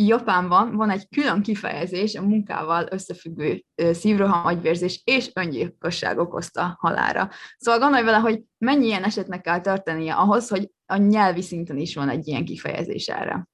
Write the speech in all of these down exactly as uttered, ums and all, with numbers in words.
Japánban van egy külön kifejezés a munkával összefüggő ö, szívroham, agyvérzés és öngyilkosság okozta halálra. Szóval gondolj vele, hogy mennyi ilyen esetnek kell történnie ahhoz, hogy a nyelvi szinten is van egy ilyen kifejezés erre.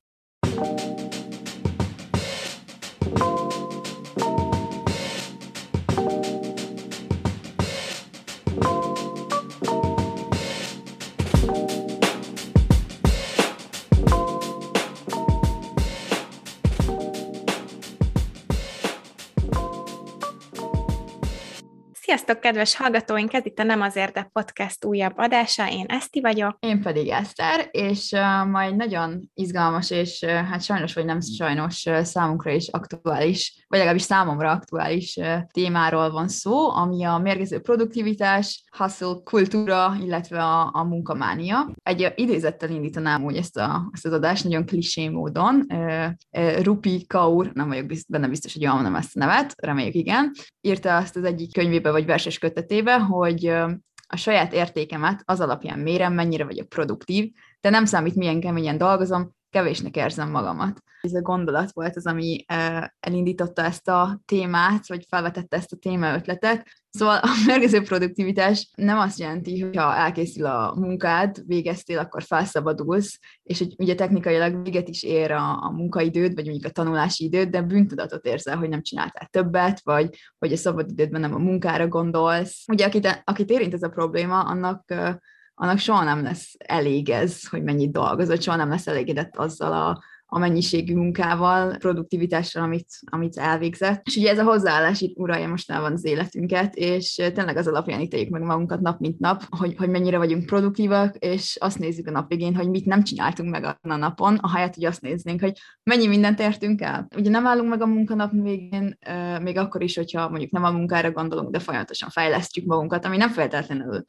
Sziasztok, kedves hallgatóink! Ez itt a Nem azért, de podcast újabb adása. Én Eszti vagyok. Én pedig Eszter, és uh, majd nagyon izgalmas, és uh, hát sajnos vagy nem sajnos uh, számunkra is aktuális, vagy legalábbis számomra aktuális uh, témáról van szó, ami a mérgező produktivitás, hustle kultúra, illetve a, a munkamánia. Egy uh, idézettel indítanám úgy ezt, a, ezt az adást, nagyon klisé módon. Uh, uh, Rupi Kaur, nem vagyok bizt, benne biztos, hogy jól mondom ezt a nevet, reméljük igen, írta azt az egyik könyvébe, vagy verses kötetébe, hogy a saját értékemet az alapján mérem, mennyire vagyok produktív, de nem számít, milyen keményen dolgozom, kevésnek érzem magamat. Ez a gondolat volt az, ami elindította ezt a témát, vagy felvetette ezt a témaötletet. Szóval a mérgező produktivitás nem azt jelenti, hogy ha elkészül a munkád, végeztél, akkor felszabadulsz, és hogy ugye technikailag véget is ér a, a munkaidőd, vagy mondjuk a tanulási időd, de bűntudatot érzel, hogy nem csináltál többet, vagy hogy a szabadidődben nem a munkára gondolsz. Ugye akit, akit érint ez a probléma, annak annak soha nem lesz elég ez, hogy mennyit dolgozott, soha nem lesz elégedett azzal a, a mennyiségű munkával, produktivitással, amit, amit elvégzett. És ugye ez a hozzáállás itt uralja mostanában az életünket, és tényleg az alapján ítéljük meg magunkat nap, mint nap, hogy, hogy mennyire vagyunk produktívak, és azt nézzük a nap végén, hogy mit nem csináltunk meg a napon, ahelyett, hogy azt néznénk, hogy mennyi mindent értünk el. Ugye nem állunk meg a munkanap végén, még akkor is, hogyha mondjuk nem a munkára gondolunk, de folyamatosan fejlesztjük magunkat, ami nem feltétlenül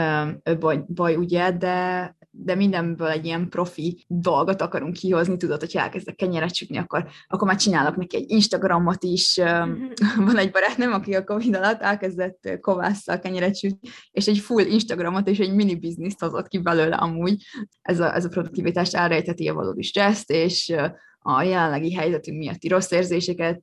baj, baj ugye, de, de mindenből egy ilyen profi dolgot akarunk kihozni, tudod, hogyha elkezdek kenyeret sütni, akkor, akkor már csinálok neki egy Instagramot is. Mm-hmm. Van egy barátnőm, aki a Covid alatt elkezdett kovásszal kenyeret sütni, és egy full Instagramot és egy mini bizniszt hozott ki belőle amúgy. Ez a, ez a produktivitás elrejtheti a valódi stresszt, és a jelenlegi helyzetünk miatti rossz érzéseket,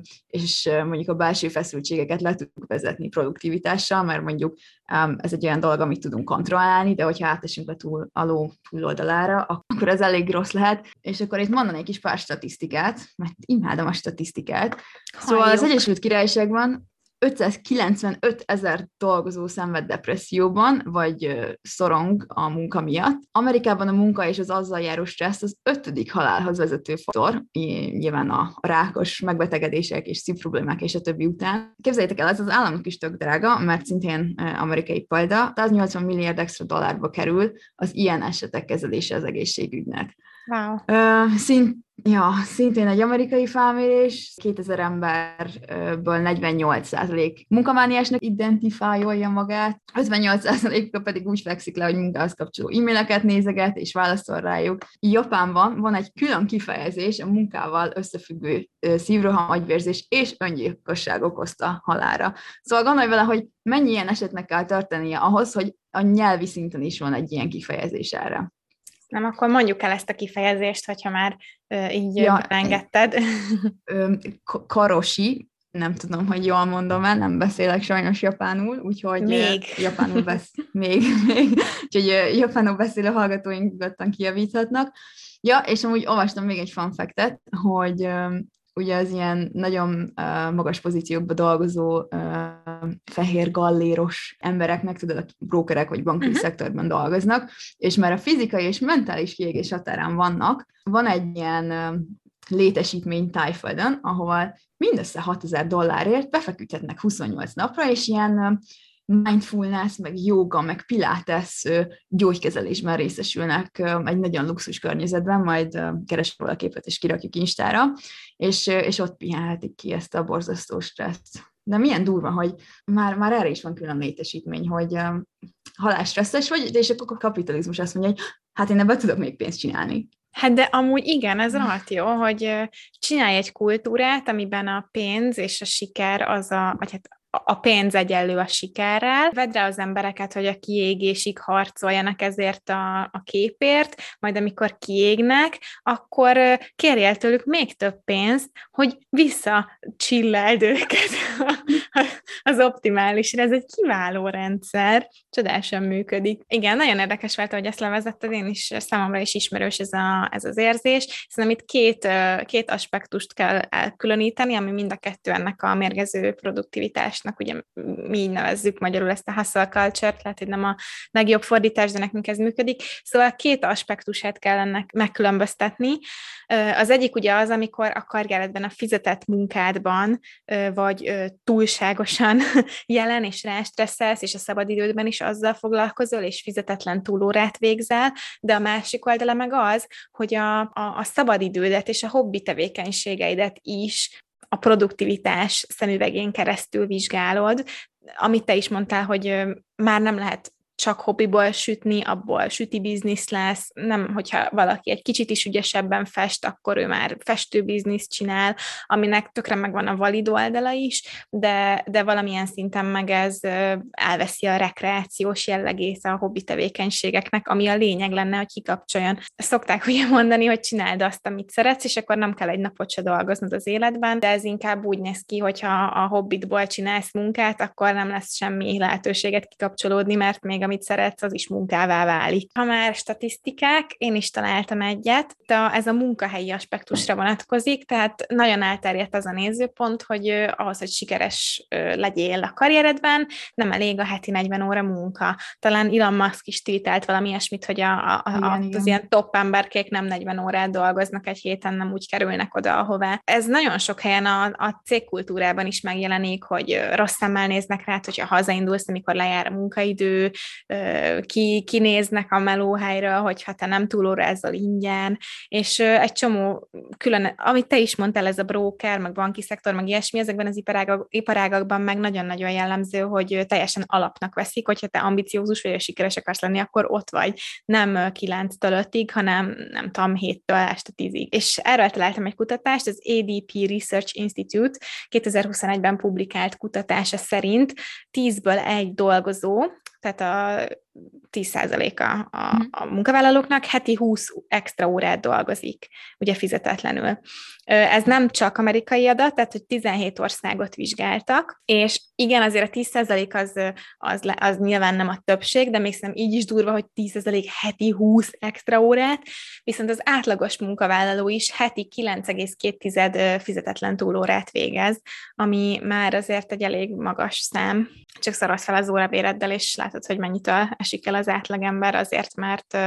és mondjuk a belső feszültségeket le tudjuk vezetni produktivitással, mert mondjuk ez egy olyan dolog, amit tudunk kontrollálni, de hogyha átesünk le túl, aló túloldalára, akkor ez elég rossz lehet. És akkor itt mondanék is pár statisztikát, mert imádom a statisztikát. Halljuk. Szóval az Egyesült Királyságban ötszázkilencvenöt ezer dolgozó szenved depresszióban, vagy szorong a munka miatt. Amerikában a munka és az azzal járó stressz az ötödik halálhoz vezető faktor, nyilván a rákos megbetegedések és szívproblémák és a többi után. Képzeljétek el, ez az államnak is tök drága, mert szintén amerikai példa, száznyolcvan milliárd extra dollárba kerül az ilyen esetek kezelése az egészségügynek. Wow. Uh, szint, ja, szintén egy amerikai felmérés, kétezer emberből negyvennyolc százalék munkamániásnak identifálja magát, ötvennyolc százaléka pedig úgy fekszik le, hogy munkához kapcsoló e-maileket nézeget és válaszol rájuk. Japánban van egy külön kifejezés a munkával összefüggő szívroham, agyvérzés és öngyilkosság okozta halálra. Szóval gondolj vele, hogy mennyi ilyen esetnek kell történnie ahhoz, hogy a nyelvi szinten is van egy ilyen kifejezés erre. Nem, akkor mondjuk el ezt a kifejezést, hogyha már ö, így ja, engedted. Karoshi, nem tudom, hogy jól mondom el, nem beszélek sajnos japánul, úgyhogy még. japánul besz... még, még. Úgyhogy japánul beszélő hallgatóink nyugodtan kijavíthatnak. Ja, és amúgy olvastam még egy fun fact-et, hogy ugye az ilyen nagyon uh, magas pozíciókban dolgozó uh, fehér galléros embereknek, tudod, a brókerek vagy banki uh-huh. szektorban dolgoznak, és már a fizikai és mentális kiégés határán vannak. Van egy ilyen uh, létesítmény Tájföldön, ahol mindössze hatezer dollárért befeküdhetnek huszonnyolc napra, és ilyen uh, mindfulness, meg jóga, meg pilates gyógykezelésben részesülnek egy nagyon luxus környezetben, majd keresek róla a képet és kirakjuk Instára, és, és ott pihenhetik ki ezt a borzasztó stresszt. De milyen durva, hogy már, már erre is van külön létesítmény, hogy halálstresszes vagy, és akkor a kapitalizmus azt mondja, hogy hát én ebben tudok még pénzt csinálni. Hát de amúgy igen, ez rohadt jó, hogy csinálj egy kultúrát, amiben a pénz és a siker az a, vagy hát a pénz egyenlő a sikerrel. Vedd rá az embereket, hogy a kiégésig harcoljanak ezért a, a képért, majd amikor kiégnek, akkor kérjél tőlük még több pénzt, hogy visszacsilleld őket az optimálisra. Ez egy kiváló rendszer, csodásan működik. Igen, nagyon érdekes volt, hogy ezt levezetted, én is, számomra is ismerős ez, a, ez az érzés. Szerintem itt két, két aspektust kell elkülöníteni, ami mind a kettő ennek a mérgező produktivitásnak, ugye mi így nevezzük magyarul ezt a hustle culture-t, lehet, hogy nem a legjobb fordítás, de nekünk ez működik. Szóval két aspektusát kell ennek megkülönböztetni. Az egyik ugye az, amikor a karrieredben, a fizetett munkádban, vagy túlságosan jelen és rástresszelsz, és a szabadidődben is azzal foglalkozol, és fizetetlen túlórát végzel, de a másik oldala meg az, hogy a, a, a szabadidődet és a hobbi tevékenységeidet is a produktivitás szemüvegén keresztül vizsgálod, amit te is mondtál, hogy már nem lehet csak hobbiból sütni, abból süti biznisz lesz, nem, hogyha valaki egy kicsit is ügyesebben fest, akkor ő már festő bizniszt csinál, aminek tökre megvan a valid oldala is, de, de valamilyen szinten meg ez elveszi a rekreációs jellegét a hobbi tevékenységeknek, ami a lényeg lenne, hogy kikapcsoljon. Szokták ugye mondani, hogy csináld azt, amit szeretsz, és akkor nem kell egy napot se dolgoznod az életben, de ez inkább úgy néz ki, hogyha a hobbitból csinálsz munkát, akkor nem lesz semmi lehetőséget kikapcsolódni, mert még amit szeretsz, az is munkává válik. Ha már statisztikák, én is találtam egyet, de ez a munkahelyi aspektusra vonatkozik, tehát nagyon elterjedt az a nézőpont, hogy ahhoz, hogy sikeres legyél a karrieredben, nem elég a heti negyven óra munka. Talán Elon Musk is tweetelt valami ilyesmit, hogy a, a, a, igen, az igen. ilyen top emberkék nem negyven órát dolgoznak egy héten, nem úgy kerülnek oda, ahová. Ez nagyon sok helyen a, a cégkultúrában is megjelenik, hogy rossz szemmel néznek rá, hogyha hazaindulsz, amikor lejár a munkaidő, ki, kinéznek a melóhelyről, hogyha te nem túlórázol ingyen, és egy csomó külön, amit te is mondtál, ez a broker, meg banki szektor, meg ilyesmi, ezekben az iparágak, iparágakban meg nagyon-nagyon jellemző, hogy teljesen alapnak veszik, hogyha te ambiciózus vagy sikeres akarsz lenni, akkor ott vagy. Nem kilenctől ötig, hanem nem tudom, héttől este tízig. És erről találtam egy kutatást, az á dé pé Research Institute kétezer-huszonegyben publikált kutatása szerint tízből egy dolgozó, tehát a tíz százaléka a, a munkavállalóknak heti húsz extra órát dolgozik, ugye fizetetlenül. Ez nem csak amerikai adat, tehát hogy tizenhét országot vizsgáltak, és igen, azért a tíz százalék az, az, az nyilván nem a többség, de még szerintem így is durva, hogy tíz százalék heti húsz extra órát, viszont az átlagos munkavállaló is heti kilenc egész két fizetetlen túlórát végez, ami már azért egy elég magas szám. Csak szoroz fel az órabéreddel, és látod, hogy mennyitől esik el az átlagember azért, mert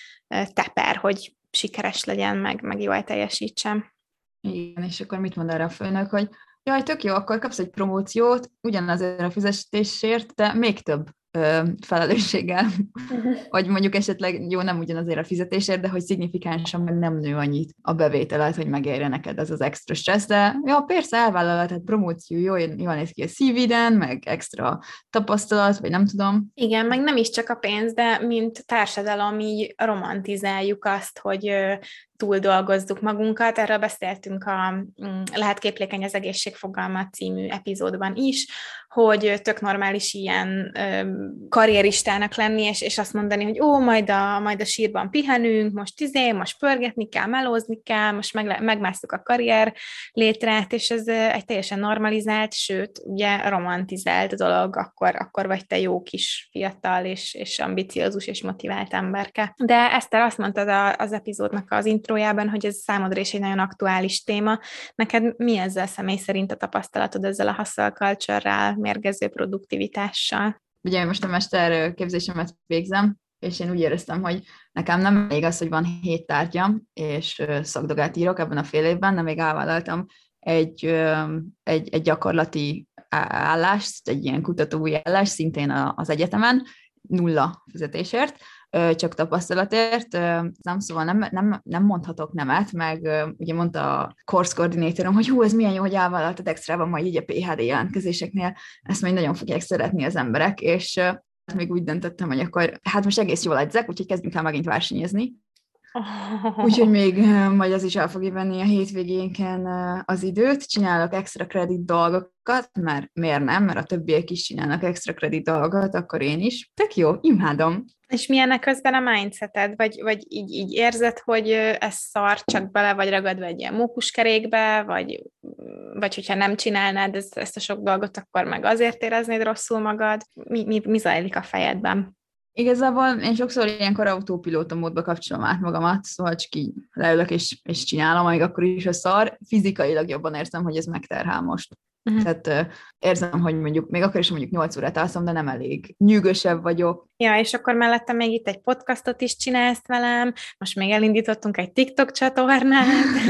teper, hogy sikeres legyen, meg, meg jól teljesítsen. Igen, és akkor mit mond erre a főnök, hogy jaj, tök jó, akkor kapsz egy promóciót, ugyanazért a fizetésért, de még több ö, felelősséggel. Vagy mondjuk esetleg, jó, nem ugyanazért a fizetésért, de hogy szignifikánsan meg nem nő annyit a bevételed, hogy megérje neked ez az extra stressz, de ja, persze elvállalod, tehát promóció, jó, jól néz ki a cé vé-den, meg extra tapasztalat, vagy nem tudom. Igen, meg nem is csak a pénz, de mint társadalom így romantizáljuk azt, hogy túl dolgozzuk magunkat. Erről beszéltünk a Lehet képlékeny az egészség fogalma című epizódban is, hogy tök normális ilyen karrieristának lenni, és, és azt mondani, hogy ó, majd a, majd a sírban pihenünk, most izé, most pörgetni kell, melózni kell, most meg, megmásztuk a karrier létrát, és ez egy teljesen normalizált, sőt, ugye romantizált dolog, akkor, akkor vagy te jó kis fiatal, és, és ambiciózus, és motivált emberke. De Eszter, azt mondtad az epizódnak az intrójában, hogy ez számodra is egy nagyon aktuális téma. Neked mi ezzel személy szerint a tapasztalatod ezzel a hustle culture-rel, mérgező produktivitással? Ugye én most a mesterképzésemet végzem, és én úgy éreztem, hogy nekem nem elég az, hogy van hét tárgyam, és szakdogát írok ebben a fél évben, de még elvállaltam egy, egy, egy gyakorlati állást, egy ilyen kutatói állást, szintén az egyetemen, nulla fizetésért, csak tapasztalatért, nem, szóval nem, nem, nem mondhatok nemet, meg ugye mondta a course koordinátorom, hogy hú, ez milyen jó, hogy elvállaltad extrában majd így a pé há dé jelentkezéseknél, ezt majd nagyon fogják szeretni az emberek, és még úgy döntöttem, hogy akkor hát most egész jól edzek, úgyhogy kezdjünk el megint versenyezni. Oh. Úgyhogy még majd az is el fogja venni a hétvégénken az időt. Csinálok extra kredit dolgokat, mert miért nem, mert a többiek is csinálnak extra kredit dolgokat, akkor én is. Tök jó, imádom. És milyenek közben a mindseted? Vagy, vagy így, így érzed, hogy ez szar, csak bele vagy ragadva egy ilyen mókuskerékbe, vagy, vagy hogyha nem csinálnád ezt, ezt a sok dolgot, akkor meg azért éreznéd rosszul magad? Mi, mi, mi zajlik a fejedben? Igazából én sokszor ilyenkor autópilóta módba kapcsolom át magamat, szóval csak így leülök és, és csinálom, amíg akkor is a szar. Fizikailag jobban érzem, hogy ez megterhel most. Uh-huh. Tehát uh, érzem, hogy mondjuk, még akkor is mondjuk nyolc órát alszom, de nem elég. Nyűgösebb vagyok. Ja, és akkor mellette még itt egy podcastot is csinálsz velem, most még elindítottunk egy TikTok csatornát.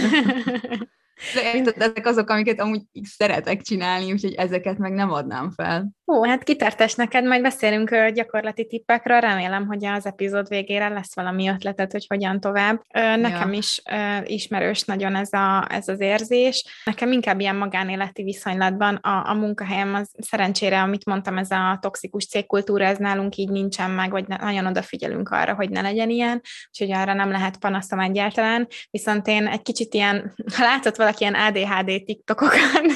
De érted, ezek azok, amiket amúgy szeretek csinálni, úgyhogy ezeket meg nem adnám fel. Ó, hát kitartás neked, majd beszélünk gyakorlati tippekről, remélem, hogy az epizód végére lesz valami ötleted, hogy hogyan tovább. Nekem ja. is ismerős nagyon ez, a, ez az érzés. Nekem inkább ilyen magánéleti viszonylatban a, a munkahelyem az szerencsére, amit mondtam, ez a toxikus cégkultúra, ez nálunk így nincsen meg, vagy nagyon odafigyelünk arra, hogy ne legyen ilyen, úgyhogy arra nem lehet panaszom egyáltalán. Viszont én egy kicsit ilyen, ha látott valaki ilyen á dé há dé TikTokokat,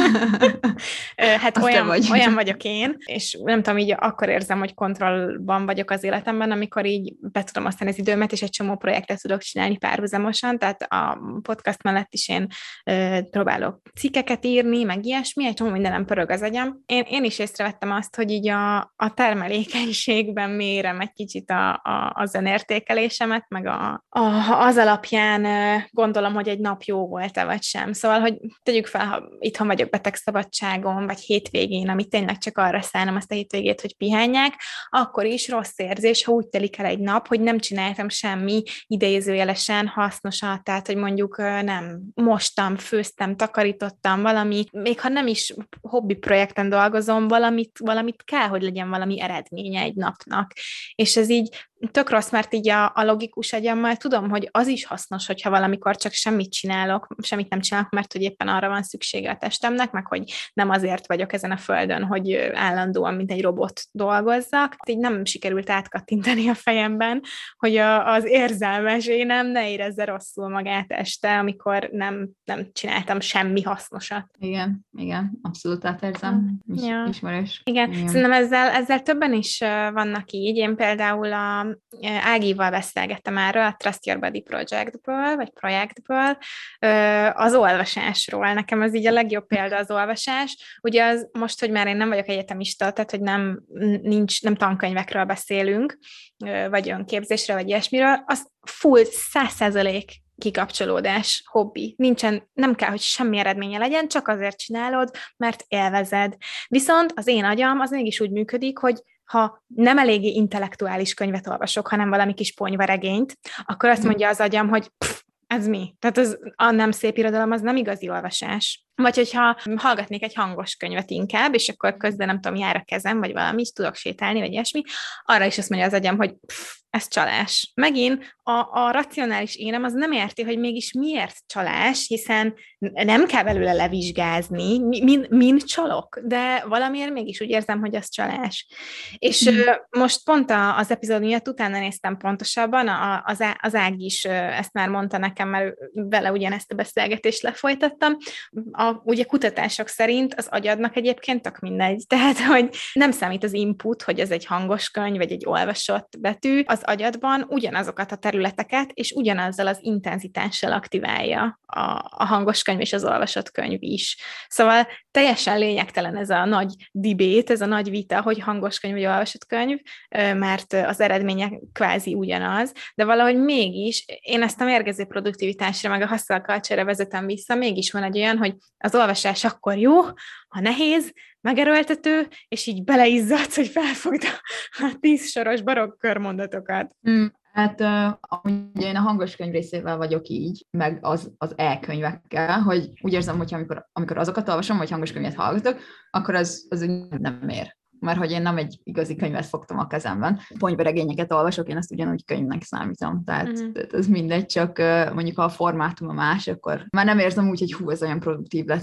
hát olyan, vagy. olyan vagyok én, és nem tudom, így akkor érzem, hogy kontrollban vagyok az életemben, amikor így be tudom osztani az időmet, és egy csomó projektet tudok csinálni párhuzamosan, tehát a podcast mellett is én ö, próbálok cikkeket írni, meg ilyesmi, egy csomó mindenem pörög az agyam. Én, én is észrevettem azt, hogy így a, a termelékenységben mérem egy kicsit a, a, az önértékelésemet, meg a, a, az alapján ö, gondolom, hogy egy nap jó volt-e, vagy sem. Szóval, hogy tegyük fel, ha itthon vagyok betegszabadságon, vagy hétvégén, ami tényleg csak arra szánom azt a hétvégét, hogy pihenjek, akkor is rossz érzés, ha úgy telik el egy nap, hogy nem csináltam semmi idézőjelesen hasznosat, tehát, hogy mondjuk nem mostam, főztem, takarítottam valami, még ha nem is hobbi projekten dolgozom, valamit, valamit kell, hogy legyen valami eredménye egy napnak. És ez így tök rossz, mert így a, a logikus agyammal tudom, hogy az is hasznos, hogyha valamikor csak semmit csinálok, semmit nem csinálok, mert hogy éppen arra van szüksége a testemnek, meg hogy nem azért vagyok ezen a földön, hogy állandóan, mint egy robot dolgozzak. Így nem sikerült átkattintani a fejemben, hogy a, az érzelmes énem ne érezze rosszul magát este, amikor nem, nem csináltam semmi hasznosat. Igen, igen, abszolút átérzem. Is, ja. Ismerős. Igen, igen. Szerintem ezzel, ezzel többen is vannak így. Én például a Ágival beszélgettem erről, a Trust Your Body Projectből, vagy projektből, az olvasásról. Nekem ez így a legjobb példa az olvasás. Ugye az most, hogy már én nem vagyok egyetemista, tehát hogy nem, nincs, nem tankönyvekről beszélünk, vagy önképzésről, vagy ilyesmiről, az full száz százalék kikapcsolódás, hobbi. Nincsen, nem kell, hogy semmi eredménye legyen, csak azért csinálod, mert élvezed. Viszont az én agyam az mégis úgy működik, hogy ha nem eléggé intellektuális könyvet olvasok, hanem valami kis ponyvaregényt, akkor azt mondja az agyam, hogy pff, ez mi? Tehát az, a nem szép irodalom az nem igazi olvasás. Vagy hogyha hallgatnék egy hangos könyvet inkább, és akkor közben nem tudom, jár a kezem, vagy valami, és tudok sétálni, vagy ilyesmi, arra is azt mondja az agyam, hogy pff, ez csalás. Megint a, a racionális énem az nem érti, hogy mégis miért csalás, hiszen nem kell belőle levizsgázni, min, min csalok, de valamiért mégis úgy érzem, hogy az csalás. És mm. most pont a, az epizód miatt utána néztem pontosabban, a, az, az Ág is ezt már mondta nekem, mert vele ugyanezt a beszélgetést lefolytattam. A, ugye kutatások szerint az agyadnak egyébként tök mindegy, tehát hogy nem számít az input, hogy ez egy hangos könyv, vagy egy olvasott betű, az agyadban ugyanazokat a területeket, és ugyanazzal az intenzitással aktiválja a, a hangos könyv és az olvasott könyv is. Szóval teljesen lényegtelen ez a nagy debate, ez a nagy vita, hogy hangos könyv vagy olvasott könyv, mert az eredménye kvázi ugyanaz, de valahogy mégis, én ezt a mérgező produktivitásra, meg a hustle culture-re vezetem vissza, mégis van egy olyan, hogy az olvasás akkor jó, ha nehéz, megerőltető, és így beleizzadsz, hogy felfogd a tíz soros barokk körmondatokat. Mm, hát uh, ugye én a hangos könyv részével vagyok így, meg az, az e-könyvekkel, hogy úgy érzem, hogy amikor, amikor azokat olvasom, vagy hangos könyvet hallgatok, akkor az, az nem ér. Mert hogy én nem egy igazi könyvet fogtam a kezemben. Ponyvaregényeket olvasok, én ezt ugyanúgy könyvnek számítom. Tehát uh-huh. ez mindegy, csak mondjuk ha a formátuma más, akkor már nem érzem úgy, hogy hú, ez olyan produktív lett volna.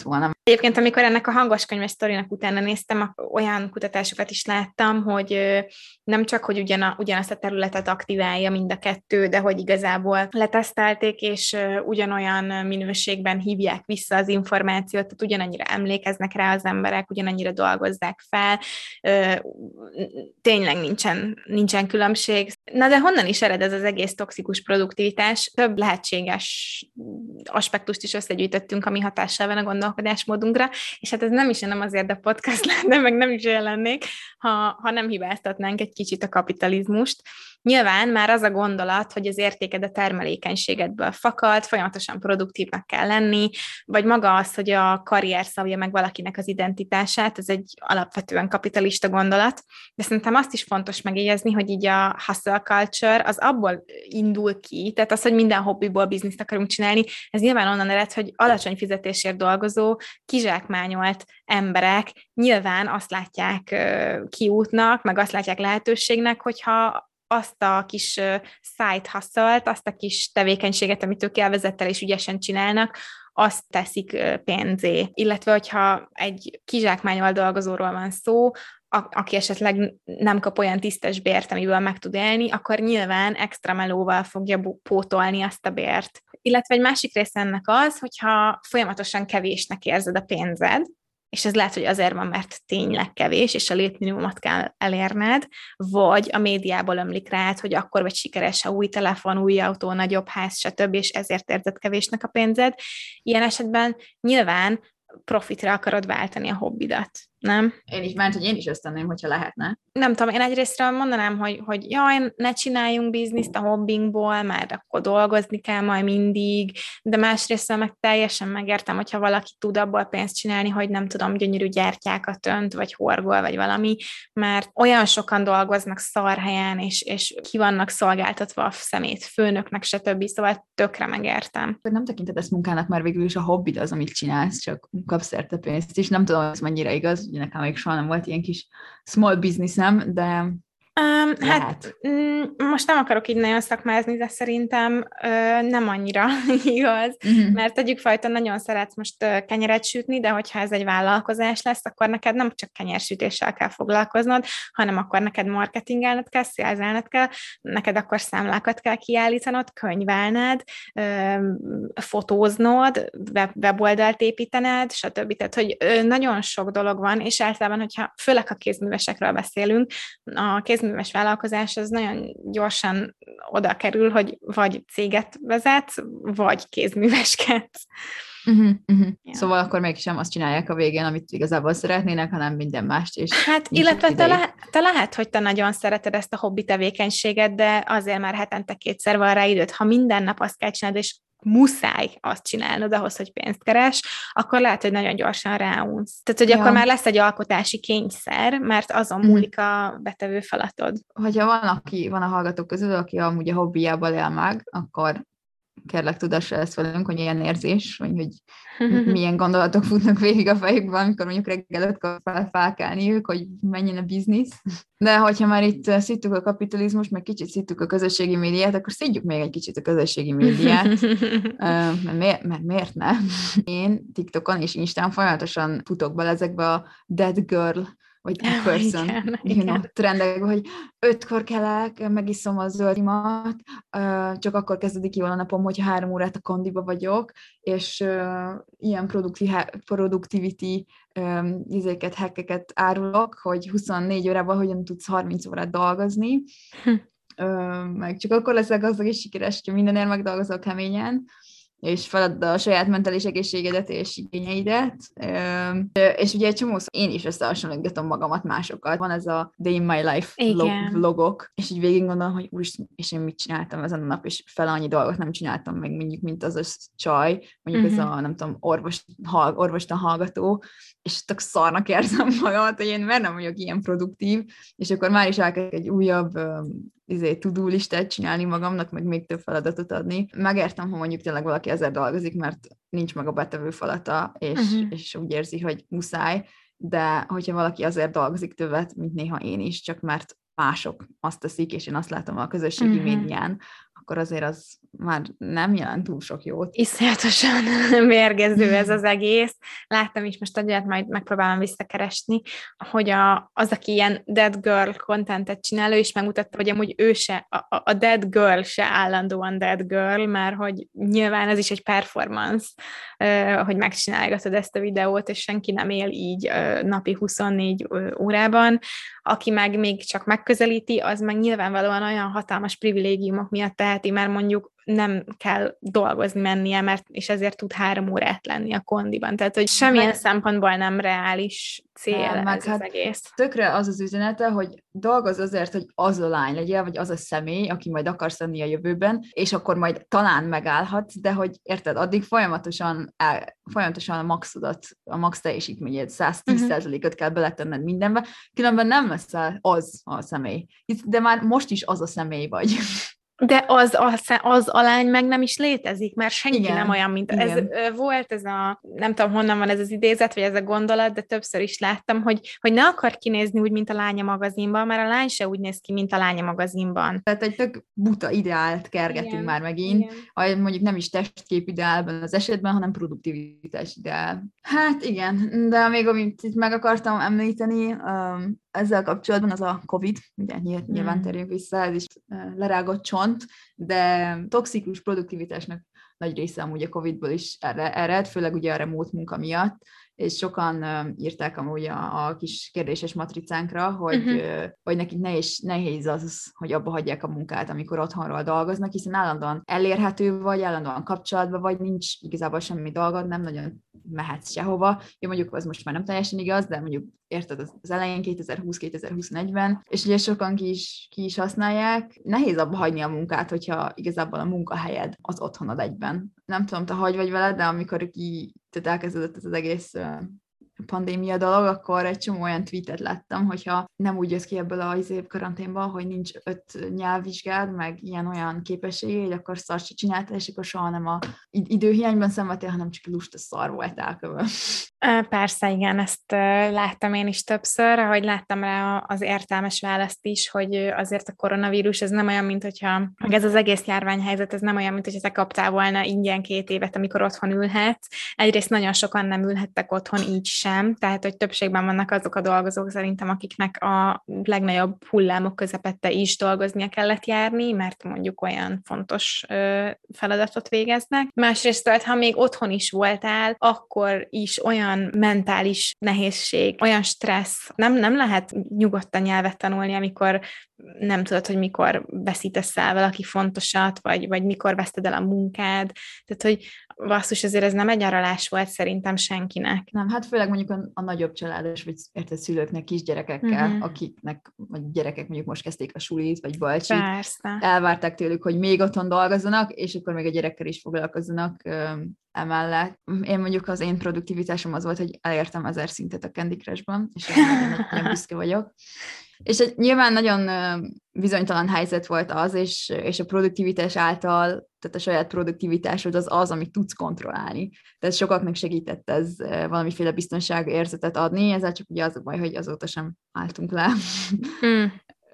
Egyébként, amikor ennek a hangoskönyves sztorinak utána néztem, olyan kutatásokat is láttam, hogy nem csak, hogy ugyana, ugyanazt a területet aktiválja mind a kettő, de hogy igazából letesztelték, és ugyanolyan minőségben hívják vissza az információt, tehát ugyanannyira emlékeznek rá az emberek, ugyanannyira dolgozzák fel, tényleg nincsen, nincsen különbség. Na de honnan is ered ez az egész toxikus produktivitás? Több lehetséges aspektust is összegyűjtöttünk, ami hatással van a gondolkodásmódunkra, és hát ez nem is nem azért a podcast lenne, meg nem is olyan lennék, ha, ha nem hibáztatnánk egy kicsit a kapitalizmust. Nyilván már az a gondolat, hogy az értéked a termelékenységedből fakad, folyamatosan produktívnak kell lenni, vagy maga az, hogy a karrier szabja meg valakinek az identitását, ez egy alapvetően kapitalista gondolat, de szerintem azt is fontos megjegyezni, hogy így a hustle culture az abból indul ki, tehát az, hogy minden hobbiból bizniszt akarunk csinálni, ez nyilván onnan ered, hogy alacsony fizetésért dolgozó, kizsákmányolt emberek nyilván azt látják kiútnak, meg azt látják lehetőségnek, hogyha azt a kis side hustle-t, azt a kis tevékenységet, amit ők elvezettel és ügyesen csinálnak, azt teszik pénzé. Illetve, hogyha egy kizsákmányol dolgozóról van szó, a- aki esetleg nem kap olyan tisztes bért, amiből meg tud élni, akkor nyilván extra melóval fogja pótolni azt a bért. Illetve egy másik része ennek az, hogyha folyamatosan kevésnek érzed a pénzed, és ez lehet, hogy azért van, mert tényleg kevés, és a létminimumot kell elérned, vagy a médiából ömlik rád, hogy akkor vagy sikeres, ha új telefon, új autó, nagyobb ház, stb., és ezért érzed kevésnek a pénzed. Ilyen esetben nyilván profitra akarod váltani a hobbidat, nem? Én is, mert hogy én is ezt tenném, hogyha lehetne. Nem tudom, én egyrésztről mondanám, hogy, hogy jaj, ne csináljunk bizniszt a hobbinkból, mert akkor dolgozni kell majd mindig, de másrésztről meg teljesen megértem, hogyha valaki tud abból pénzt csinálni, hogy nem tudom, gyönyörű gyertyákat önt, vagy horgol, vagy valami, mert olyan sokan dolgoznak szarhelyen, és, és ki vannak szolgáltatva a szemét főnöknek, stb. Szóval tökre megértem. Nem tekinted ezt munkának, már végül is a hobbid az, amit csinálsz, csak kapsz érte pénzt is. Nem tudom, ez mennyire igaz, ugye nekem még soha nem volt ilyen kis small businessem, de Um, lehet. hát mm, most nem akarok így nagyon szakmázni, de szerintem uh, nem annyira igaz, uh-huh. mert tegyük fajta, nagyon szeretsz most uh, kenyeret sütni, de hogyha ez egy vállalkozás lesz, akkor neked nem csak kenyersütéssel kell foglalkoznod, hanem akkor neked marketingelned kell, szélzelned kell, neked akkor számlákat kell kiállítanod, könyvelned, uh, fotóznod, web, weboldalt építened, stb. Tehát, hogy uh, nagyon sok dolog van, és általában, hogyha főleg a kézművesekről beszélünk, a kéz kézműves vállalkozás az nagyon gyorsan oda kerül, hogy vagy céget vezetsz, vagy kézműveskedsz. Uh-huh, uh-huh. Ja. Szóval akkor mégsem azt csinálják a végén, amit igazából szeretnének, hanem minden mást. És hát illetve te, le, te lehet, hogy te nagyon szereted ezt a hobbi tevékenységet, de azért már hetente kétszer van rá időd. Ha minden nap azt kell csinálni, és muszáj azt csinálnod ahhoz, hogy pénzt keres, akkor lehet, hogy nagyon gyorsan ráunsz. Tehát, hogy ja. akkor már lesz egy alkotási kényszer, mert azon mm. múlik a betevő feladod. Hogyha van, aki, van a hallgatók közül, aki amúgy a hobbijából él meg, akkor kérlek tudassa ezt velünk, hogy ilyen érzés, vagy hogy milyen gondolatok futnak végig a fejükben, amikor mondjuk reggel ötkor fel, felkelni ők, hogy menjen a biznisz. De hogyha már itt szítjuk a kapitalizmus, meg kicsit szítjuk a közösségi médiát, akkor szítjuk még egy kicsit a közösségi médiát. mert, miért, mert miért ne? Én TikTokon és Instán folyamatosan futok bele ezekbe a dead girl, vagy a person, igen, you know, trendekben, hogy ötkor kelek, megiszom a zöldimat, csak akkor kezdődik jól a napom, hogyha három órát a kondiba vagyok, és uh, ilyen productivity um, izéket, hackeket árulok, hogy huszonnégy órában hogyan tudsz harminc órát dolgozni, hm. uh, meg csak akkor leszel gazdag és sikeres, hogyha mindenért megdolgozol keményen, és felad a saját mentális egészségedet és igényeidet. És ugye egy csomó én is összehasonlítgatom magamat másokat. Van ez a Day in My Life vlogok, és így végig gondolom, hogy úristen, és én mit csináltam ezen a nap, és fele annyi dolgot nem csináltam meg, mondjuk, mint az a csaj, mondjuk uh-huh. ez a, nem tudom, orvos, orvostan hallgató, és tök szarnak érzem magamat, hogy én mert nem vagyok ilyen produktív, és akkor már is elkezdek egy újabb izé, to-do listát csinálni magamnak, meg még több feladatot adni. Megértem, ha mondjuk tényleg valaki ezzel dolgozik, mert nincs meg a betevő falata, és, uh-huh. és úgy érzi, hogy muszáj, de hogyha valaki azért dolgozik többet, mint néha én is, csak mert mások azt teszik, és én azt látom a közösségi uh-huh. médián, akkor azért az már nem jelent túl sok jót. Iszonyatosan mérgező ez az egész. Láttam is most egyet, majd megpróbálom visszakeresni, hogy a, az, aki ilyen dead girl contentet csinál, ő is megmutatta, hogy amúgy ő se, a, a dead girl se állandóan dead girl, mert hogy nyilván ez is egy performance, hogy megcsinálgatod ezt a videót, és senki nem él így napi huszonnégy órában. Aki meg még csak megközelíti, az meg nyilvánvalóan olyan hatalmas privilégiumok miatt teheti, mert mondjuk nem kell dolgozni mennie, mert és ezért tud három órát lenni a kondiban. Tehát, hogy semmilyen meg... szempontból nem reális cél nem, ez az hát egész. Tökre az az üzenete, hogy dolgozz azért, hogy az a lány legyél, vagy az a személy, aki majd akarsz lenni a jövőben, és akkor majd talán megállhatsz, de hogy érted, addig folyamatosan, el, folyamatosan a maxodat, a max teljesítményed, száz tíz százalékot uh-huh. kell beletenned mindenbe, különben nem leszel az a személy. De már most is az a személy vagy. De az, az, az a lány meg nem is létezik, mert senki igen, nem olyan, mint... Ez, volt ez a... Nem tudom, honnan van ez az idézet, vagy ez a gondolat, de többször is láttam, hogy, hogy ne akar kinézni úgy, mint a Lánya magazinban, mert a lány se úgy néz ki, mint a Lánya magazinban. Tehát egy tök buta ideált kergetünk igen, már megint, igen. Mondjuk nem is testkép ideálban az esetben, hanem produktivitás ideál. Hát igen, de még amit itt meg akartam említeni, um, ezzel kapcsolatban az a Covid, ugye nyilván terjünk vissza, ez is lerágott csont, de toxikus produktivitásnak nagy része amúgy a Covidból is ered, főleg ugye a remote munka miatt, és sokan írták amúgy a, a kis kérdéses matricánkra, hogy, uh-huh. hogy nekik nehéz, nehéz az, hogy abba hagyják a munkát, amikor otthonról dolgoznak, hiszen állandóan elérhető vagy, állandóan kapcsolatban vagy, nincs igazából semmi dolgod, nem nagyon mehetsz sehova. Jó, mondjuk az most már nem teljesen igaz, de mondjuk érted az elején kétezer-húsz kétezer-huszonegyben, és ugye sokan ki is, ki is használják. Nehéz abba hagyni a munkát, hogyha igazából a munkahelyed az otthonod egyben. Nem tudom, te hogy vagy veled, de amikor ki, tehát elkezdődött ez az egész pandémia dolog, akkor egy csomó olyan tweetet láttam, hogyha nem úgy jössz ki ebből a izébb karanténban, hogy nincs öt nyelvvizsgád, meg ilyen-olyan képességei, hogy akkor szart se csináltál, és akkor soha nem a időhiányban szenvedtél, hanem csak lusta szar voltál köve. Persze, igen, ezt láttam én is többször, ahogy láttam rá az értelmes választ is, hogy azért a koronavírus ez nem olyan, mint hogyha ez az egész járványhelyzet, ez nem olyan, mint hogyha te kaptál volna ingyen két évet, amikor otthon ülhetsz. Egyrészt nagyon sokan nem ülhettek otthon így sem, tehát hogy többségben vannak azok a dolgozók szerintem, akiknek a legnagyobb hullámok közepette is dolgoznia kellett járni, mert mondjuk olyan fontos ö, feladatot végeznek. Másrészt, ha még otthon is voltál, akkor is olyan mentális nehézség, olyan stressz. Nem, nem lehet nyugodtan nyelvet tanulni, amikor nem tudod, hogy mikor veszítesz el valaki fontosat, vagy, vagy mikor veszted el a munkád. Tehát, hogy basszus, azért ez nem egy aralás volt szerintem senkinek. Nem, hát főleg mondjuk a, a nagyobb családos, vagy érted szülőknek, kisgyerekekkel, uh-huh. akiknek, vagy gyerekek mondjuk most kezdték a sulit, vagy balcsit. Persze. Elvárták tőlük, hogy még otthon dolgozzanak, és akkor még a gyerekkel is foglalkozzanak emellett. Én mondjuk az én produktivitásom az volt, hogy elértem ezer szintet a Candy Crush-ban, és én nagyon, nagyon büszke vagyok. És egy, nyilván nagyon bizonytalan helyzet volt az, és, és a produktivitás által, tehát a saját produktivitásod az az, amit tudsz kontrollálni. Tehát sokaknak segített ez valamiféle biztonságérzetet adni, ezzel csak ugye az a baj, hogy azóta sem álltunk le. Mm.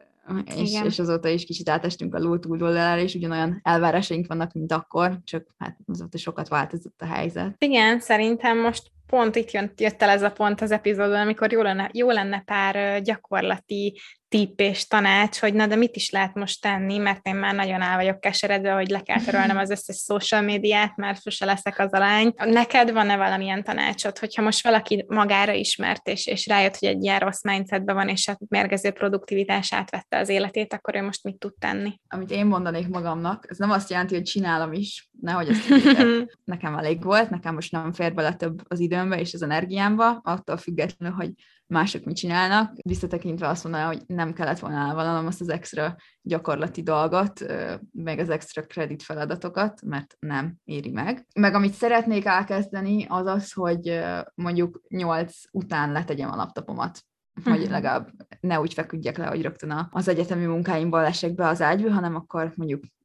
És, és azóta is kicsit átestünk a ló túloldalára, és ugyanolyan elvárásaink vannak, mint akkor, csak hát azóta sokat változott a helyzet. Igen, szerintem most pont itt jött, jött el ez a pont az epizódon, amikor jó lenne, jó lenne pár gyakorlati tipp és tanács, hogy na, de mit is lehet most tenni, mert én már nagyon el vagyok keseredve, hogy le kell törölnem az összes social médiát, mert sose leszek az a lány. Neked van-e valamilyen tanácsod, hogyha most valaki magára ismert, és, és rájött, hogy egy ilyen rossz mindsetben van, és a mérgező produktivitás átvette az életét, akkor ő most mit tud tenni? Amit én mondanék magamnak, ez nem azt jelenti, hogy csinálom is, nehogy ezt tudjátok. Nekem elég volt, nekem most nem fér bele több az időmbe és az energiámba, attól függetlenül, hogy mások mit csinálnak. Visszatekintve azt mondaná, hogy nem kellett volna elvallanom azt az extra gyakorlati dolgot, meg az extra kredit feladatokat, mert nem éri meg. Meg amit szeretnék elkezdeni, az az, hogy mondjuk nyolc után letegyem a laptopomat. Hogy legalább ne úgy feküdjek le, hogy rögtön az egyetemi munkáimból esek be az ágyba, hanem akkor mondjuk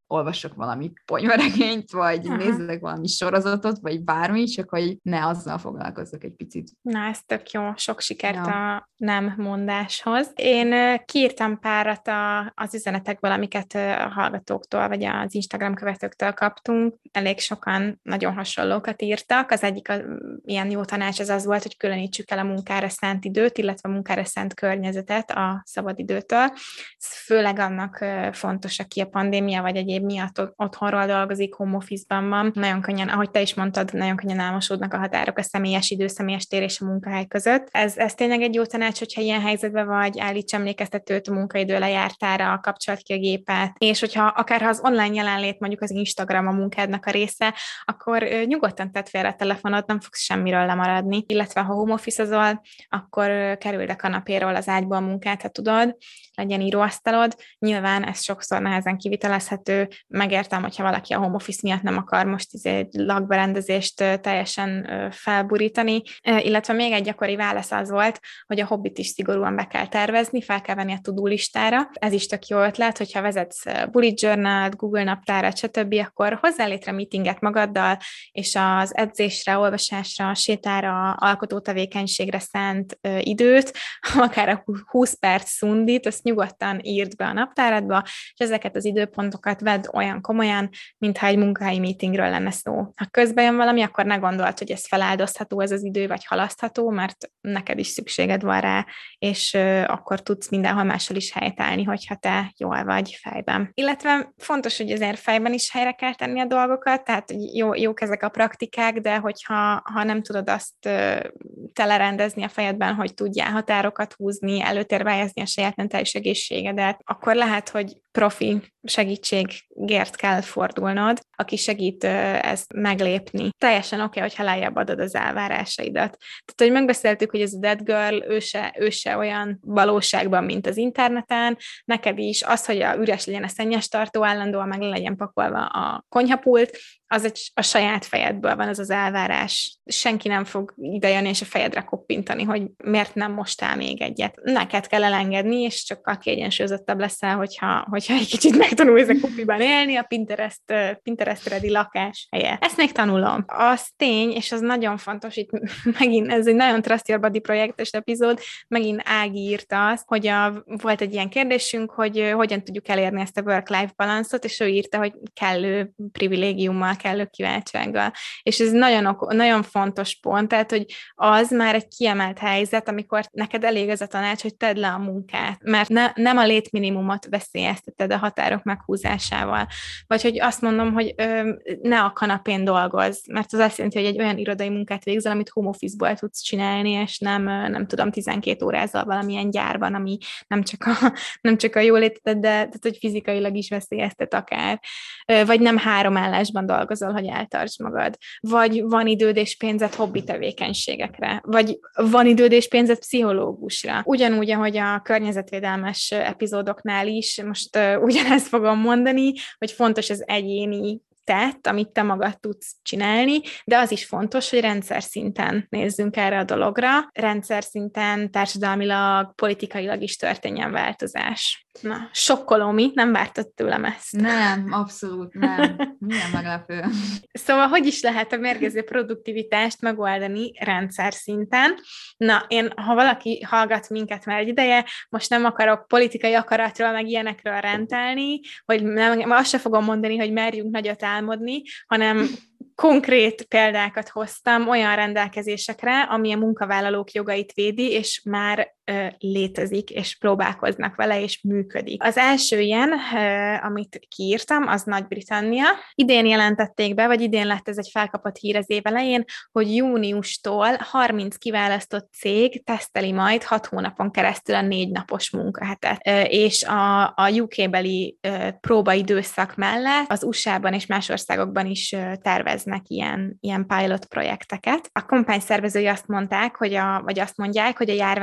olvasok valami ponyvaregényt, vagy Aha. nézzek valami sorozatot, vagy bármi, csak hogy ne azzal foglalkozzak egy picit. Na, ez tök jó, sok sikert Ja. a nem mondáshoz. Én kiírtam párat a, az üzenetekből, amiket a hallgatóktól, vagy az Instagram követőktől kaptunk. Elég sokan nagyon hasonlókat írtak. Az egyik a, ilyen jó tanács az az volt, hogy különítsük el a munkára szánt időt, illetve a munkára szánt környezetet a szabadidőtől. Ez főleg annak fontos, aki a pandémia vagy egyéb miatt otthonról dolgozik, home office-ban van. Nagyon könnyen, ahogy te is mondtad, nagyon könnyen elmosódnak a határok a személyes idő, személyes tér és a munkahely között. Ez, ez tényleg egy jó tanács, hogyha ilyen helyzetben vagy, állíts emlékeztetőt a munkaidő lejártára, kapcsolat ki a gépet, és hogyha akár ha az online jelenlét, mondjuk az Instagram a munkádnak a része, akkor nyugodtan tedd félre a telefonod, nem fogsz semmiről lemaradni. Illetve ha home office-ozol, akkor kerüld a kanapéról az ágyból a munkát, ha tudod, legyen íróasztalod. Nyilván ez sokszor nehezen kivitelezhető. Megértem, hogyha valaki a home office miatt nem akar most egy lakberendezést teljesen felburítani, illetve még egy gyakori válasz az volt, hogy a hobbit is szigorúan be kell tervezni, fel kell venni a to-do listára. Ez is tök jó ötlet, hogyha vezetsz bullet journal-t, Google naptárat, stb., akkor hozzá létre meetinget magaddal, és az edzésre, olvasásra, sétára, alkotó tevékenységre szánt időt, akár a húsz perc szundit, azt nyugodtan írd be a naptáradba, és ezeket az időpontokat vedd olyan komolyan, mintha egy munkahelyi meetingről lenne szó. Ha közben jön valami, akkor ne gondold, hogy ez feláldozható ez az idő, vagy halasztható, mert neked is szükséged van rá, és akkor tudsz mindenhol máshol is helytállni, hogyha te jól vagy fejben. Illetve fontos, hogy azért fejben is helyre kell tenni a dolgokat, tehát jó, jók ezek a praktikák, de hogyha ha nem tudod azt telerendezni a fejedben, hogy tudjál határokat húzni, előtérbe helyezni a saját mentális egészségedet, akkor lehet, hogy profi segítségért kell fordulnod, aki segít ezt meglépni. Teljesen oké, okay, hogyha lejjebb adod az elvárásaidat. Tehát, hogy megbeszéltük, hogy ez a dead girl, ő se, ő se olyan valóságban, mint az interneten, neked is az, hogy a üres legyen a szennyes tartó állandóan, meg le legyen pakolva a konyhapult, az egy, a saját fejedből van az az elvárás. Senki nem fog idejönni és a fejedre koppintani, hogy miért nem mostál még egyet. Neked kell elengedni, és sokkal kiegyensúlyozottabb leszel, hogyha, hogyha egy kicsit megtanulsz a kopiban élni, a Pinterest, Pinterest ready lakás helye. Ezt még tanulom. Az tény, és az nagyon fontos, itt megint ez egy nagyon Trust Your Body projektes epizód, megint Ági írta azt, hogy a, volt egy ilyen kérdésünk, hogy hogyan tudjuk elérni ezt a work-life balanszot, és ő írta, hogy kellő privilégiummal, kellő kiváltsággal. És ez nagyon, nagyon fontos pont, tehát, hogy az már egy kiemelt helyzet, amikor neked elég az a tanács, hogy tedd le a munkát, mert ne, nem a létminimumot veszélyezteted a határok meghúzásával. Vagy hogy azt mondom, hogy ö, ne a kanapén dolgozz, mert az azt jelenti, hogy egy olyan irodai munkát végzel, amit home office-ból tudsz csinálni, és nem, nem tudom, tizenkét órázol valamilyen gyárban, ami nem csak a, nem csak a jólétedet, de tehát, hogy fizikailag is veszélyeztet akár. Vagy nem három állásban dolgozol, hogy eltartsd magad. Vagy van időd és pénzed hobbi tevékenységekre. Vagy van időd és pénzed pszichológusra. Ugyanúgy, ahogy a környezetvédelmes epizódoknál is, most uh, ugyanezt fogom mondani, hogy fontos az egyéni tett, amit te magad tudsz csinálni, de az is fontos, hogy rendszer szinten nézzünk erre a dologra, rendszer szinten társadalmilag, politikailag is történjen változás. Na, sokkoló mi? Nem vártad tőlem ezt? Nem, abszolút nem. Milyen meglepő. Szóval, hogy is lehet a mérgező produktivitást megoldani rendszer szinten? Na, én, ha valaki hallgat minket már egy ideje, most nem akarok politikai akaratról, meg ilyenekről rendelni, hogy nem, azt se fogom mondani, hogy merjünk nagyot álmodni, hanem konkrét példákat hoztam olyan rendelkezésekre, ami a munkavállalók jogait védi, és már ö, létezik, és próbálkoznak vele, és működik. Az első ilyen, ö, amit kiírtam, az Nagy-Britannia. Idén jelentették be, vagy idén lett ez egy felkapott hír az év elején, hogy júniustól harminc kiválasztott cég teszteli majd hat hónapon keresztül a négy napos munkahetet. Ö, és a, a U K-beli ö, próbaidőszak mellett az u es á-ban és más országokban is ö, terveznek ilyen, ilyen pilot projekteket. A kampány szervezői azt mondták, hogy a, vagy azt mondják, hogy a járványkezelés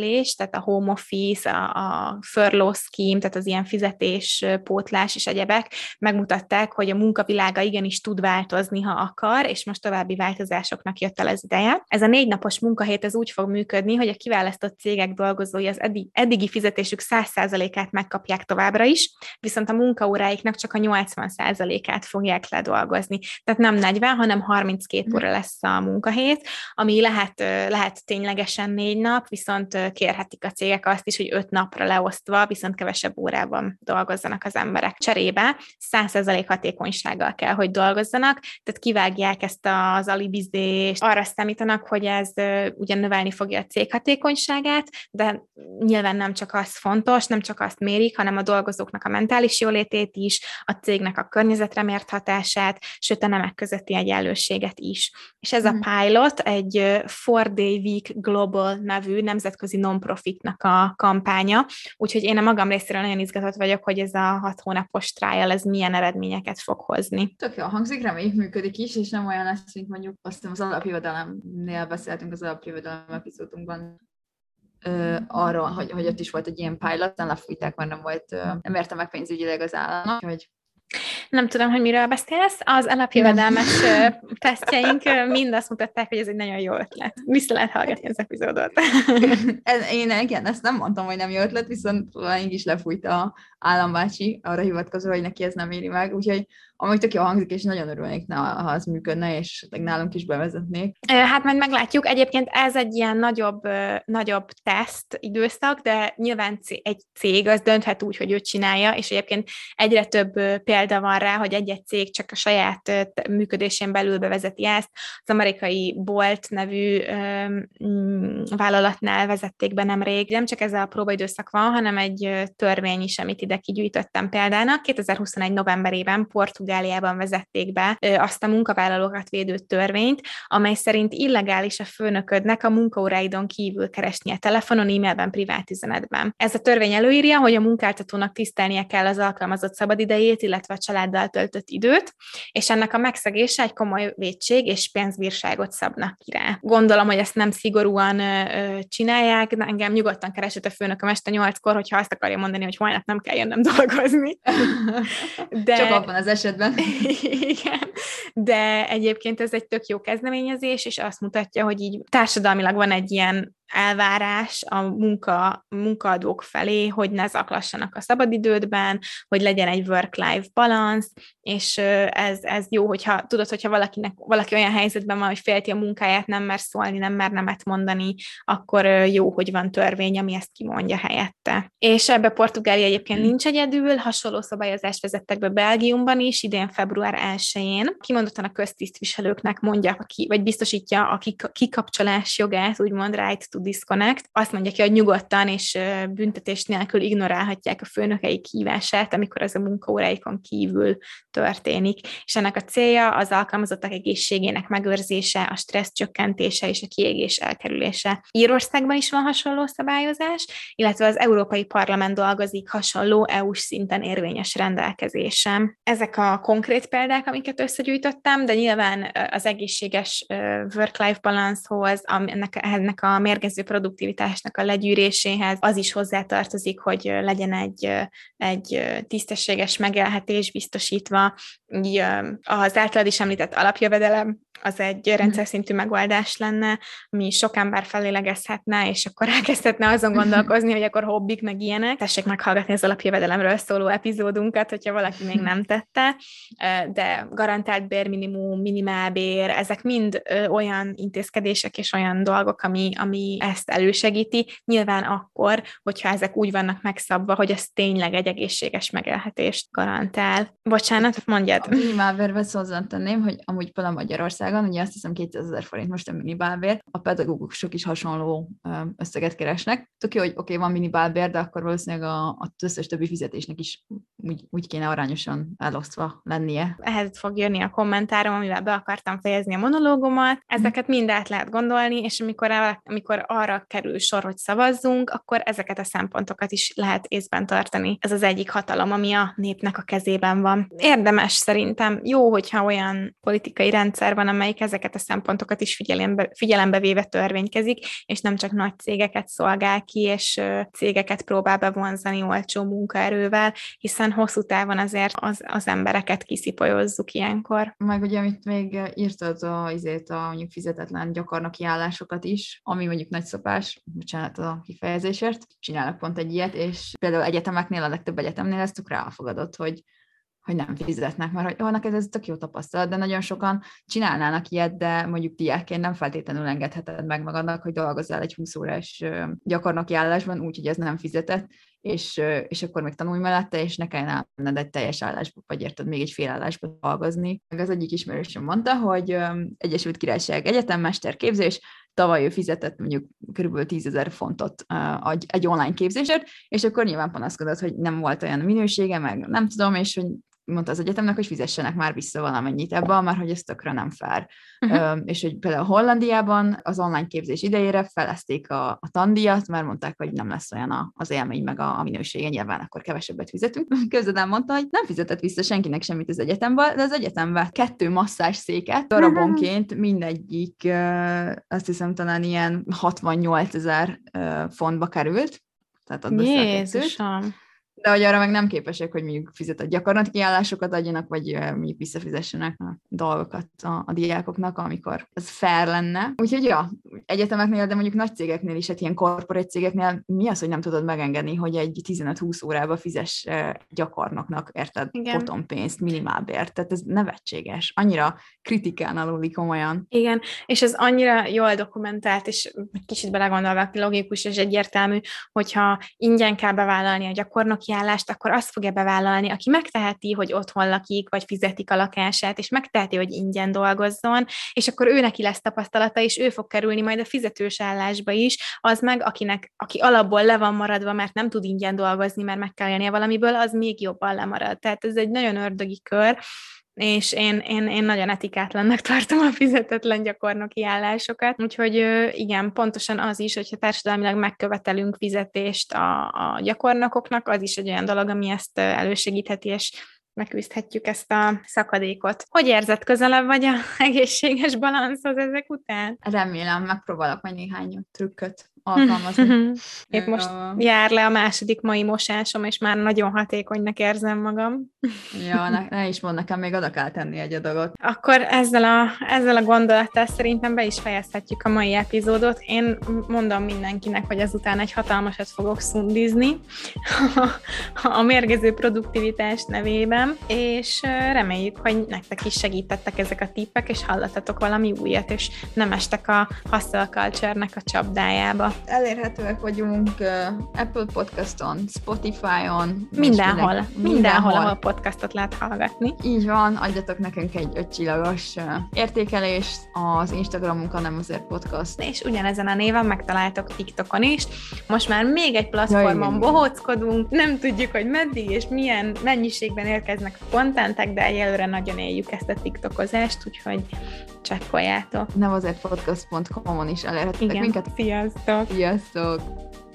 kezelés, tehát a home office, a, a furlough scheme, tehát az ilyen fizetéspótlás és egyebek megmutatták, hogy a munkavilága igenis tud változni, ha akar, és most további változásoknak jött el az ideje. Ez a négy napos munkahét ez úgy fog működni, hogy a kiválasztott cégek dolgozói az eddig, eddigi fizetésük száz százalékát megkapják továbbra is, viszont a munkaóráiknak csak a nyolcvan százalékát fogják ledolgozni. Tehát nem negyven, hanem harminckét óra lesz a munkahét, ami lehet, lehet ténylegesen négy nap, viszont kérhetik a cégek azt is, hogy öt napra leosztva, viszont kevesebb órában dolgozzanak az emberek. Cserébe száz százalék hatékonysággal kell, hogy dolgozzanak, tehát kivágják ezt az alibizést, arra számítanak, hogy ez ugyan növelni fogja a cég hatékonyságát, de nyilván nem csak az fontos, nem csak azt mérik, hanem a dolgozóknak a mentális jólétét is, a cégnek a környezetre mért hatását, sőt a nemek közötti egyenlőséget is. És ez mm. a pilot egy Four Day Week Global nevű nemzetközi non-profitnak a kampánya, úgyhogy én a magam részéről nagyon izgatott vagyok, hogy ez a hat hónapos trial, ez milyen eredményeket fog hozni. Tök jól hangzik, reméljük működik is, és nem olyan lesz, mint mondjuk azt hiszem az alapjövedelemnél beszéltünk az alapjövedelem epizódunkban ö, arról, hogy, hogy ott is volt egy ilyen pilot, nem lefújták, mert nem volt, ö, nem érte meg pénzügyileg az államnak, hogy nem tudom, hogy miről beszélsz. Az alapjövedelmes tesztjeink mind azt mutatták, hogy ez egy nagyon jó ötlet. Vissza lehet hallgatni az epizódot. Én igen, ezt nem mondtam, hogy nem jó ötlet, viszont én is lefújta a állambácsi arra hivatkozva, hogy neki ez nem éri meg, úgyhogy amúgy tök jól hangzik, és nagyon örülnék, ha az működne, és nálunk is bevezetnék. Hát majd meglátjuk. Egyébként ez egy ilyen nagyobb, nagyobb teszt időszak, de nyilván egy cég az dönthet úgy, hogy ő csinálja, és egyébként egyre több példa van rá, hogy egy-egy cég csak a saját működésén belül bevezeti ezt. Az amerikai Bolt nevű vállalatnál vezették be nemrég. Nem csak ez a próbaidőszak van, hanem egy törvény is, amit ide kigyűjtöttem példának. kétezer-huszonegy novemberében Portugáliában vezették be azt a munkavállalókat védő törvényt, amely szerint illegális a főnöködnek a munkaóráidon kívül keresnie telefonon, e-mailben, privát üzenetben. Ez a törvény előírja, hogy a munkáltatónak tisztelnie kell az alkalmazott szabadidejét, illetve a családdal töltött időt, és ennek a megszegése egy komoly vétség és pénzbírságot szabnak ki rá. Gondolom, hogy ezt nem szigorúan ö, csinálják, de engem nyugodtan keresett a főnököm este nyolckor, hogyha azt akarja mondani, hogy holnap nem kell jönnöm dolgozni. De... Csak abban az esetben. Igen, de egyébként ez egy tök jó kezdeményezés, és azt mutatja, hogy így társadalmilag van egy ilyen elvárás a munka, munkaadók felé, hogy ne zaklassanak a szabadidődben, hogy legyen egy work-life balance, és ez, ez jó, hogyha tudod, hogyha valakinek, valaki olyan helyzetben van, hogy félti a munkáját, nem mer szólni, nem mer nemet mondani, akkor jó, hogy van törvény, ami ezt kimondja helyette. És ebbe Portugália egyébként nincs egyedül, hasonló szabályozást vezettek be Belgiumban is, idén február elsején. Kimondottan a köztisztviselőknek mondja, vagy biztosítja a kikapcsolás jogát, úgymond right to disconnect. Azt mondja ki, hogy nyugodtan és büntetés nélkül ignorálhatják a főnökeik hívását, amikor az a munkaóráikon kívül történik. És ennek a célja az alkalmazottak egészségének megőrzése, a stressz csökkentése és a kiégés elkerülése. Írországban is van hasonló szabályozás, illetve az Európai Parlament dolgozik hasonló é u-s szinten érvényes rendelkezésem. Ezek a konkrét példák, amiket összegyűjtöttem, de nyilván az egészséges work-life balance-hoz, ennek, ennek a mérgező produktivitásnak a legyűréséhez az is hozzátartozik, hogy legyen egy, egy tisztességes megélhetés biztosítva. Így az általad is említett alapjövedelem, az egy rendszer szintű megoldás lenne, ami sok ember felélegezhetne, és akkor elkezdhetne azon gondolkozni, hogy akkor hobbik, meg ilyenek. Tessék meghallgatni az alapjövedelemről szóló epizódunkat, hogyha valaki még nem tette, de garantált bérminimum, minimálbér, ezek mind olyan intézkedések és olyan dolgok, ami, ami ezt elősegíti. Nyilván akkor, hogyha ezek úgy vannak megszabva, hogy ez tényleg egy egészséges megélhetést garantál. Bocsánat, mondjad. A minimálbérbe hozzátenném, hogy amúgy például Magyarországon, ugye azt hiszem kétszázezer forint most a minimálbér, a pedagógusok is hasonló összeget keresnek. Tök jó, hogy oké, okay, van minimálbér, de akkor valószínűleg a, az összes többi fizetésnek is úgy, úgy kéne arányosan elosztva lennie. Ehhez fog jönni a kommentárom, amivel be akartam fejezni a monológomat. Ezeket mind át lehet gondolni, és amikor, amikor arra kerül sor, hogy szavazzunk, akkor ezeket a szempontokat is lehet észben tartani. Ez az egyik hatalom, ami a népnek a kezében van. Érdemes szerintem, jó, hogyha olyan politikai rendszer van, amelyik ezeket a szempontokat is figyelembe, figyelembe véve törvénykezik, és nem csak nagy cégeket szolgál ki, és cégeket próbál bevonzani olcsó munkaerővel, hiszen hosszú távon azért az, az embereket kiszipolyozzuk ilyenkor. Meg ugye, amit még írtad a, azért a mondjuk fizetetlen gyakornoki állásokat is, ami mondjuk nagy szopás, bocsánat a kifejezésért, csinálok pont egy ilyet, és például egyetemeknél, a legtöbb egyetemnél ezt tök elfogadott, hogy hogy nem fizetnek, mert hogy vannak ez, ez tök jó tapasztalat, de nagyon sokan csinálnának ilyet, de mondjuk diákként nem feltétlenül engedheted meg magadnak, hogy dolgozzál egy húsz órás gyakornoki állásban, úgyhogy ez nem fizetett, és, és akkor még tanulj mellette, és ne kellene elmenned egy teljes állásba, vagy érted, még egy fél állásba dolgozni. Meg az egyik ismerősöm mondta, hogy Egyesült Királyság Egyetem mesterképzés, tavaly ő fizetett mondjuk körülbelül tízezer fontot egy online képzésért, és akkor nyilván panaszkodott, hogy nem volt olyan minősége, meg nem tudom, és hogy mondta az egyetemnek, hogy fizessenek már vissza valamennyit ebből, mert hogy ez tökre nem fair. Uh-huh. És hogy például Hollandiában az online képzés idejére felezték a, a tandíjat, mert mondták, hogy nem lesz olyan a, az élmény, meg a, a minősége, nyilván akkor kevesebbet fizetünk. Közben mondta, hogy nem fizetett vissza senkinek semmit az egyetemben, de az egyetemben kettő masszás széket darabonként mindegyik, azt hiszem talán ilyen hatvannyolcezer fontba került. Tehát Jézusom! De hogy arra meg nem képesek, hogy mondjuk fizetett gyakorlati állásokat adjanak, vagy mondjuk visszafizessenek a dolgokat a, a diákoknak, amikor ez fair lenne. Úgyhogy ja, egyetemeknél, de mondjuk nagy cégeknél is, hát ilyen corporate cégeknél mi az, hogy nem tudod megengedni, hogy egy tizenöt-húsz órába fizess gyakornoknak, érted, potonpénzt, minimálbért. Tehát ez nevetséges. Annyira kritikán aluli komolyan. Igen, és ez annyira jól dokumentált, és kicsit belegondolva logikus és egyértelmű, hogyha ingyen kell bevállalni a gyakornoki állást, akkor azt fogja bevállalni, aki megteheti, hogy otthon lakik, vagy fizetik a lakását, és megteheti, hogy ingyen dolgozzon, és akkor ő neki lesz tapasztalata, és ő fog kerülni majd a fizetős állásba is, az meg, akinek, aki alapból le van maradva, mert nem tud ingyen dolgozni, mert meg kell élnie valamiből, az még jobban lemarad. Tehát ez egy nagyon ördögi kör, és én, én, én nagyon etikátlannak tartom a fizetetlen gyakornoki állásokat. Úgyhogy igen, pontosan az is, hogyha társadalmilag megkövetelünk fizetést a, a gyakornokoknak, az is egy olyan dolog, ami ezt elősegítheti, és megküzdhetjük ezt a szakadékot. Hogy érzed, közelebb vagy a egészséges balanszhoz ezek után? Remélem, megpróbálok majd néhány trükköt alkalmazni. Épp most jár le a második mai mosásom, és már nagyon hatékonynak érzem magam. Ja, ne, ne is mond, nekem még oda kell tenni egy adagot. Akkor ezzel a, ezzel a gondolattal szerintem be is fejezhetjük a mai epizódot. Én mondom mindenkinek, hogy ezután egy hatalmasat fogok szundizni a mérgező produktivitás nevében, és reméljük, hogy nektek is segítettek ezek a tippek, és hallottatok valami újat, és nem estek a hustle culture-nek a csapdájába. Elérhetőek vagyunk uh, Apple Podcaston, Spotify-on. Mindenhol, mindenhol, mindenhol, ahol podcastot lehet hallgatni. Így van, adjatok nekünk egy ötcsillagos uh, értékelést az Instagramunkon, nem azért podcast. És ugyanezen a néven megtaláltok TikTokon is. Most már még egy platformon ja, bohóckodunk, nem tudjuk, hogy meddig és milyen mennyiségben érkeznek a kontentek, de egyelőre nagyon éljük ezt a TikTokozást, úgyhogy csekkoljátok. Nem azért podcast pont com-on is elérhetőek minket. Sziasztok! Sziasztok!